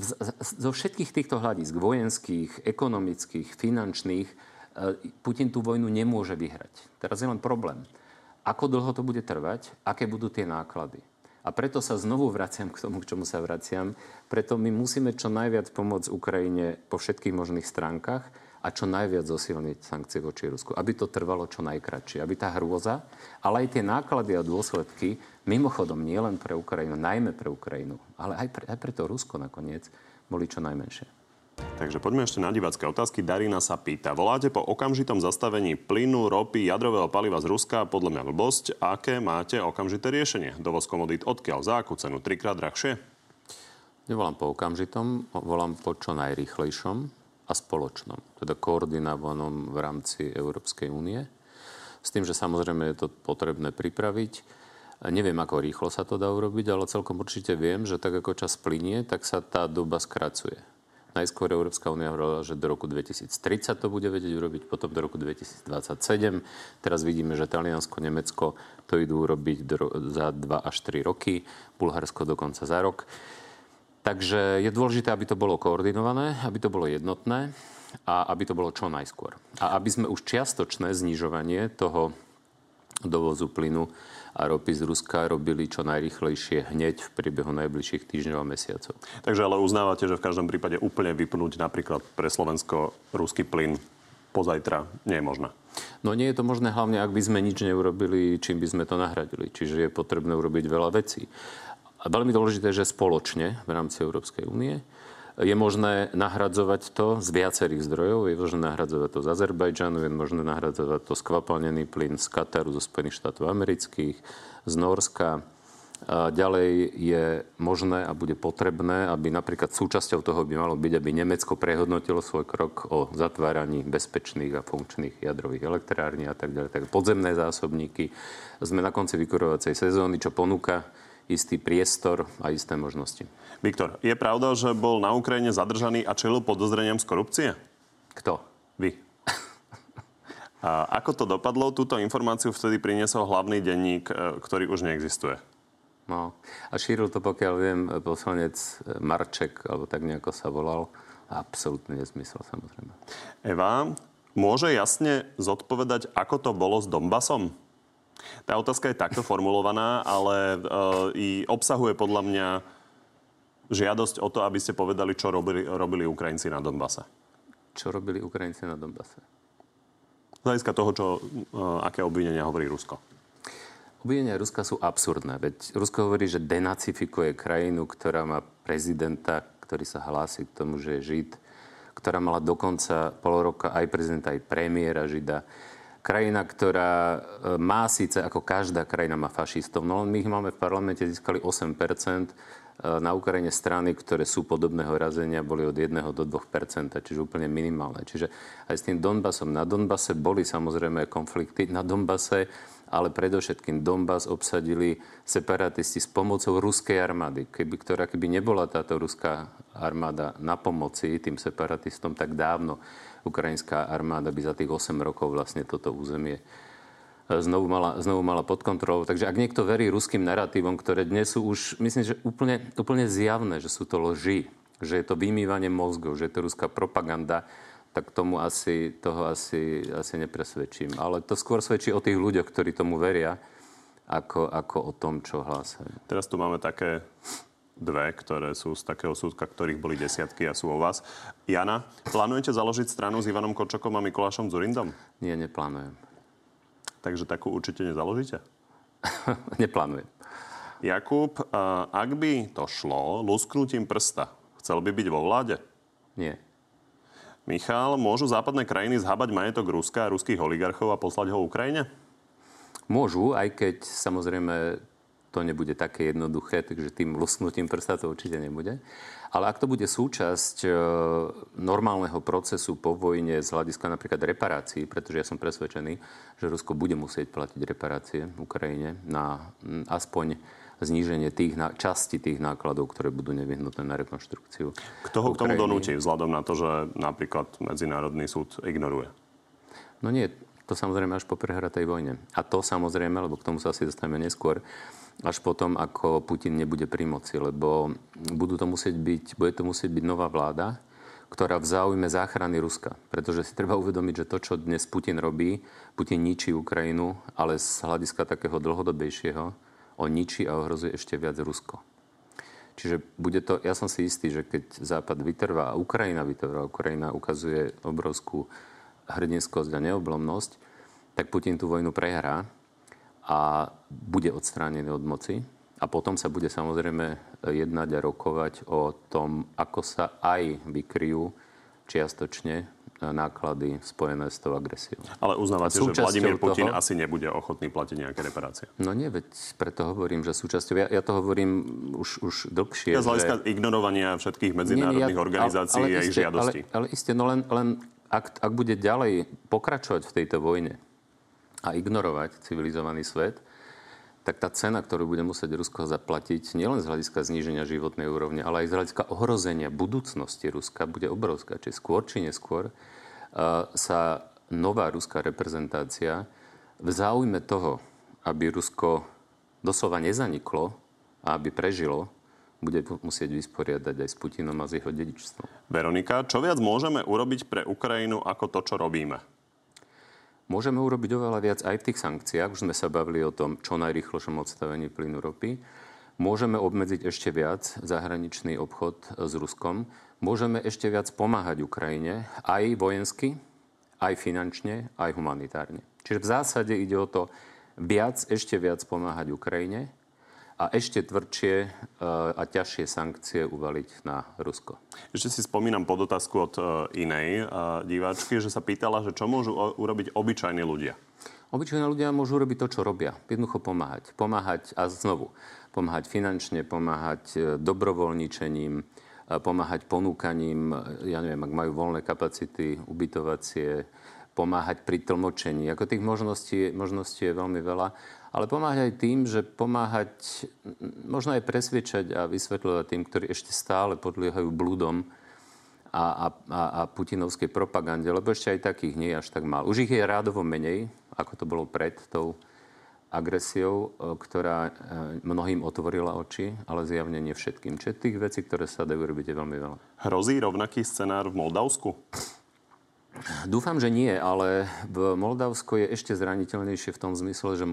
B: zo všetkých týchto hľadisk, vojenských, ekonomických, finančných, Putin tú vojnu nemôže vyhrať. Teraz je len problém. Ako dlho to bude trvať? Aké budú tie náklady? A preto sa znovu vraciam k tomu, k čomu sa vraciam. Preto my musíme čo najviac pomôcť Ukrajine po všetkých možných stránkach a čo najviac zosilniť sankcie voči Rusku. Aby to trvalo čo najkratšie. Aby tá hrôza, ale aj tie náklady a dôsledky, mimochodom nie len pre Ukrajinu, najmä pre Ukrajinu, ale aj pre to Rusko nakoniec, boli čo najmenšie.
A: Takže poďme ešte na divácké otázky. Darina sa pýta. Voláte po okamžitom zastavení plynu, ropy, jadrového paliva z Ruska? Podľa mňa blbosť. Aké máte okamžité riešenie? Dovoz komodít odkiaľ? Za akú cenu? 3-krát drahšie?
B: Nevolám po okamžitom, volám po čo najrýchlejšom a spoločnom. Teda koordinovanom v rámci Európskej únie. S tým, že samozrejme je to potrebné pripraviť. Neviem, ako rýchlo sa to dá urobiť, ale celkom určite viem, že tak ako čas plynie, tak sa tá doba skracuje. Najskôr Európska únia hovorila, že do roku 2030 to bude vedieť urobiť, potom do roku 2027. Teraz vidíme, že Taliansko, Nemecko to idú urobiť za 2 až 3 roky, Bulharsko dokonca za rok. Takže je dôležité, aby to bolo koordinované, aby to bolo jednotné a aby to bolo čo najskôr. A aby sme už čiastočné znižovanie toho dovozu plynu a ropy z Ruska robili čo najrýchlejšie hneď v priebehu najbližších týždňov a mesiacov.
A: Takže ale uznávate, že v každom prípade úplne vypnúť napríklad pre Slovensko ruský plyn pozajtra nie je možné?
B: No nie je to možné hlavne, ak by sme nič neurobili, čím by sme to nahradili. Čiže je potrebné urobiť veľa vecí. A veľmi dôležité, že spoločne v rámci Európskej únie je možné nahradzovať to z viacerých zdrojov. Je možné nahradzovať to z Azerbajdžanu, je možné nahradzovať to skvapalnený plyn z Kataru, zo Spojených štátov amerických, z Nórska. A ďalej je možné a bude potrebné, aby napríklad súčasťou toho by malo byť, aby Nemecko prehodnotilo svoj krok o zatváraní bezpečných a funkčných jadrových elektrární a tak ďalej. Tak podzemné zásobníky. Sme na konci vykurovacej sezóny, čo ponúka istý priestor a isté možnosti.
A: Viktor, je pravda, že bol na Ukrajine zadržaný a čelil podozreniam z korupcie?
B: Kto?
A: Vy. A ako to dopadlo? Túto informáciu vtedy priniesol hlavný denník, ktorý už neexistuje.
B: No, a šíril to, pokiaľ viem, poslanec Marček, alebo tak nejako sa volal. Absolútny nezmysel, samozrejme.
A: Eva, môže jasne zodpovedať, ako to bolo s Donbasom? Tá otázka je takto formulovaná, ale i obsahuje podľa mňa žiadosť o to, aby ste povedali, čo robili Ukrajinci na Donbase.
B: Čo robili Ukrajinci na Donbase?
A: Z hľadiska toho, aké obvinenia hovorí Rusko.
B: Obvinenia Ruska sú absurdné. Veď Rusko hovorí, že denacifikuje krajinu, ktorá má prezidenta, ktorý sa hlási k tomu, že je Žid, ktorá mala dokonca pol roka aj prezidenta, aj premiéra Žida. Krajina, ktorá má síce, ako každá krajina má fašistov, no my ich máme v parlamente, získali 8%. Na Ukrajine strany, ktoré sú podobného razenia, boli od 1 do 2%, čiže úplne minimálne. Čiže aj s tým Donbasom. Na Donbase boli samozrejme konflikty na Donbase, ale predovšetkým Donbas obsadili separatisti s pomocou ruskej armády. Keby nebola táto ruská armáda na pomoci tým separatistom, tak dávno ukrajinská armáda by za tých 8 rokov vlastne toto územie znovu mala pod kontrolou. Takže ak niekto verí ruským narratívom, ktoré dnes sú už, myslím, že úplne zjavné, že sú to lži, že je to vymývanie mozgov, že je to ruská propaganda, tak toho asi nepresvedčím. Ale to skôr svedčí o tých ľuďoch, ktorí tomu veria, ako o tom, čo hlásajú.
A: Teraz tu máme také dve, ktoré sú z takého súdka, ktorých boli desiatky a sú o vás. Jana, plánujete založiť stranu s Ivanom Korčokom a Mikulášom Dzurindom?
B: Nie, neplánujem.
A: Takže takú určite nezaložíte?
B: Neplánujem.
A: Jakub, ak by to šlo lusknutím prsta, chcel by byť vo vláde?
B: Nie.
A: Michal, môžu západné krajiny zhábať majetok Ruska a ruských oligarchov a poslať ho Ukrajine?
B: Môžu, aj keď samozrejme to nebude také jednoduché, takže tým lusknutím prsta to určite nebude. Ale ak to bude súčasť normálneho procesu po vojne z hľadiska napríklad reparácií, pretože ja som presvedčený, že Rusko bude musieť platiť reparácie Ukrajine na aspoň zníženie časti tých nákladov, ktoré budú nevyhnutné na rekonštrukciu.
A: Kto ho k tomu donúti, vzhľadom na to, že napríklad Medzinárodný súd ignoruje?
B: No nie, to samozrejme až po prehratej vojne. A to samozrejme, lebo k tomu sa asi dostaneme neskôr, až potom, ako Putin nebude pri moci, lebo bude to musieť byť nová vláda, ktorá v záujme záchrany Ruska. Pretože si treba uvedomiť, že to, čo dnes Putin robí, Putin ničí Ukrajinu, ale z hľadiska takého dlhodobejšieho on ničí a ohrozuje ešte viac Rusko. Čiže bude to, ja som si istý, že keď Západ vytrvá a Ukrajina ukazuje obrovskú hrdinskosť a neoblomnosť, tak Putin tú vojnu prehrá a bude odstránený od moci. A potom sa bude samozrejme jednať a rokovať o tom, ako sa aj vykryjú čiastočne náklady spojené s tou agresiou.
A: Ale uznávate, že Vladimír Putin asi nebude ochotný platiť nejaké reparácie?
B: No nie, veď preto hovorím, že súčasťou... Ja to hovorím už dlhšie.
A: Z hľadiska ignorovania všetkých medzinárodných organizácií a ich žiadostí.
B: Ale isté, no len ak bude ďalej pokračovať v tejto vojne a ignorovať civilizovaný svet, tak tá cena, ktorú bude musieť Rusko zaplatiť, nielen z hľadiska zníženia životnej úrovne, ale aj z hľadiska ohrozenia budúcnosti Ruska, bude obrovská. Či skôr, či neskôr sa nová ruská reprezentácia v záujme toho, aby Rusko doslova nezaniklo a aby prežilo, bude musieť vysporiadať aj s Putinom a s jeho dedičstvom.
A: Veronika, čo viac môžeme urobiť pre Ukrajinu ako to, čo robíme?
B: Môžeme urobiť oveľa viac aj v tých sankciách. Už sme sa bavili o tom, čo najrýchlejšom odstavení plynu ropy. Môžeme obmedziť ešte viac zahraničný obchod s Ruskom. Môžeme ešte viac pomáhať Ukrajine, aj vojensky, aj finančne, aj humanitárne. Čiže v zásade ide o to ešte viac pomáhať Ukrajine a ešte tvrdšie a ťažšie sankcie uvaliť na Rusko.
A: Ešte si spomínam podotázku od inej diváčky, že sa pýtala, že čo môžu urobiť obyčajní ľudia.
B: Obyčajní ľudia môžu robiť to, čo robia. Jednoducho pomáhať. Pomáhať finančne, pomáhať dobrovoľničením, pomáhať ponúkaním, ja neviem, ak majú voľné kapacity, ubytovacie, pomáhať pri tlmočení. Ako tých možností je veľmi veľa. Ale pomáhať aj tým, že možno aj presviečať a vysvetľovať tým, ktorí ešte stále podliehajú blúdom a putinovskej propagande, lebo ešte aj takých nie je až tak málo. Už ich je rádovo menej, ako to bolo pred tou agresiou, ktorá mnohým otvorila oči, ale zjavne nie všetkým. Čiže tých vecí, ktoré sa dajú robiť, je veľmi veľa.
A: Hrozí rovnaký scenár v Moldavsku?
B: Dúfam, že nie, ale Moldavsko je ešte zraniteľnejšie v tom zmysle, že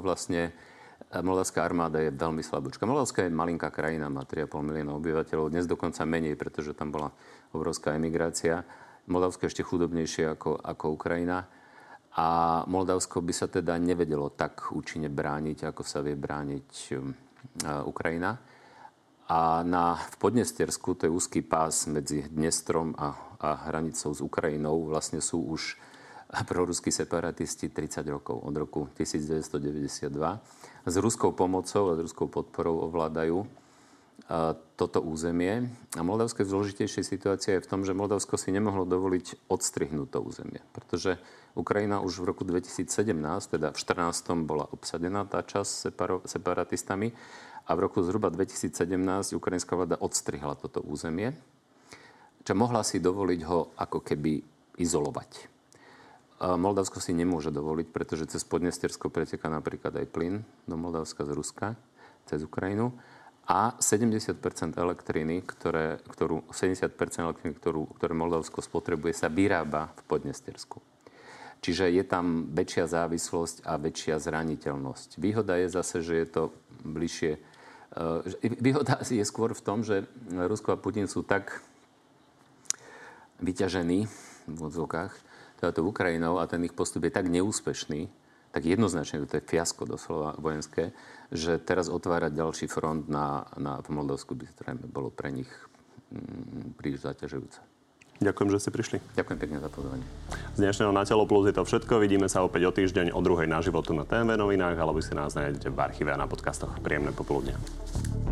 B: moldavská armáda je veľmi slabúčka. Moldavsko je malinká krajina, má 3,5 milióna obyvateľov, dnes dokonca menej, pretože tam bola obrovská emigrácia. Moldavsko je ešte chudobnejšie ako Ukrajina a Moldavsko by sa teda nevedelo tak účinne brániť, ako sa vie brániť Ukrajina. A v Podnestersku, to je úzky pás medzi Dnestrom a hranicou s Ukrajinou, vlastne sú už proruskí separatisti 30 rokov, od roku 1992. S ruskou pomocou a s ruskou podporou ovládajú toto územie. A Moldavsko je v zložitejšej situácii je v tom, že Moldavsko si nemohlo dovoliť odstrihnúť to územie. Pretože Ukrajina už v roku 2017, teda v 2014 bola obsadená tá časť separatistami, a v roku zhruba 2017 ukrajinská vláda odstrihla toto územie, čo mohla si dovoliť ho ako keby izolovať. Moldavsko si nemôže dovoliť, pretože cez Podnestersko preteká napríklad aj plyn do Moldavska z Ruska, cez Ukrajinu. A 70% elektriny, ktoré Moldavsko spotrebuje, sa vyrába v Podnestersku. Čiže je tam väčšia závislosť a väčšia zraniteľnosť. Výhoda je zase, že je to bližšie. Výhoda je skôr v tom, že Rusko a Putin sú tak vyťažení v odzvukách táto Ukrajinou a ten ich postup je tak neúspešný, tak jednoznačne to je fiasko doslova vojenské, že teraz otvárať ďalší front v Moldavsku by zrejme bolo pre nich príliš zaťažujúce.
A: Ďakujem, že ste prišli.
B: Ďakujem pekne za pozvanie.
A: Z dnešného Na telo plus je to všetko. Vidíme sa opäť o týždeň o 2:00 na životu na TNV novinách, alebo si nás nájdete v archíve a na podcastoch. Príjemné popoludne.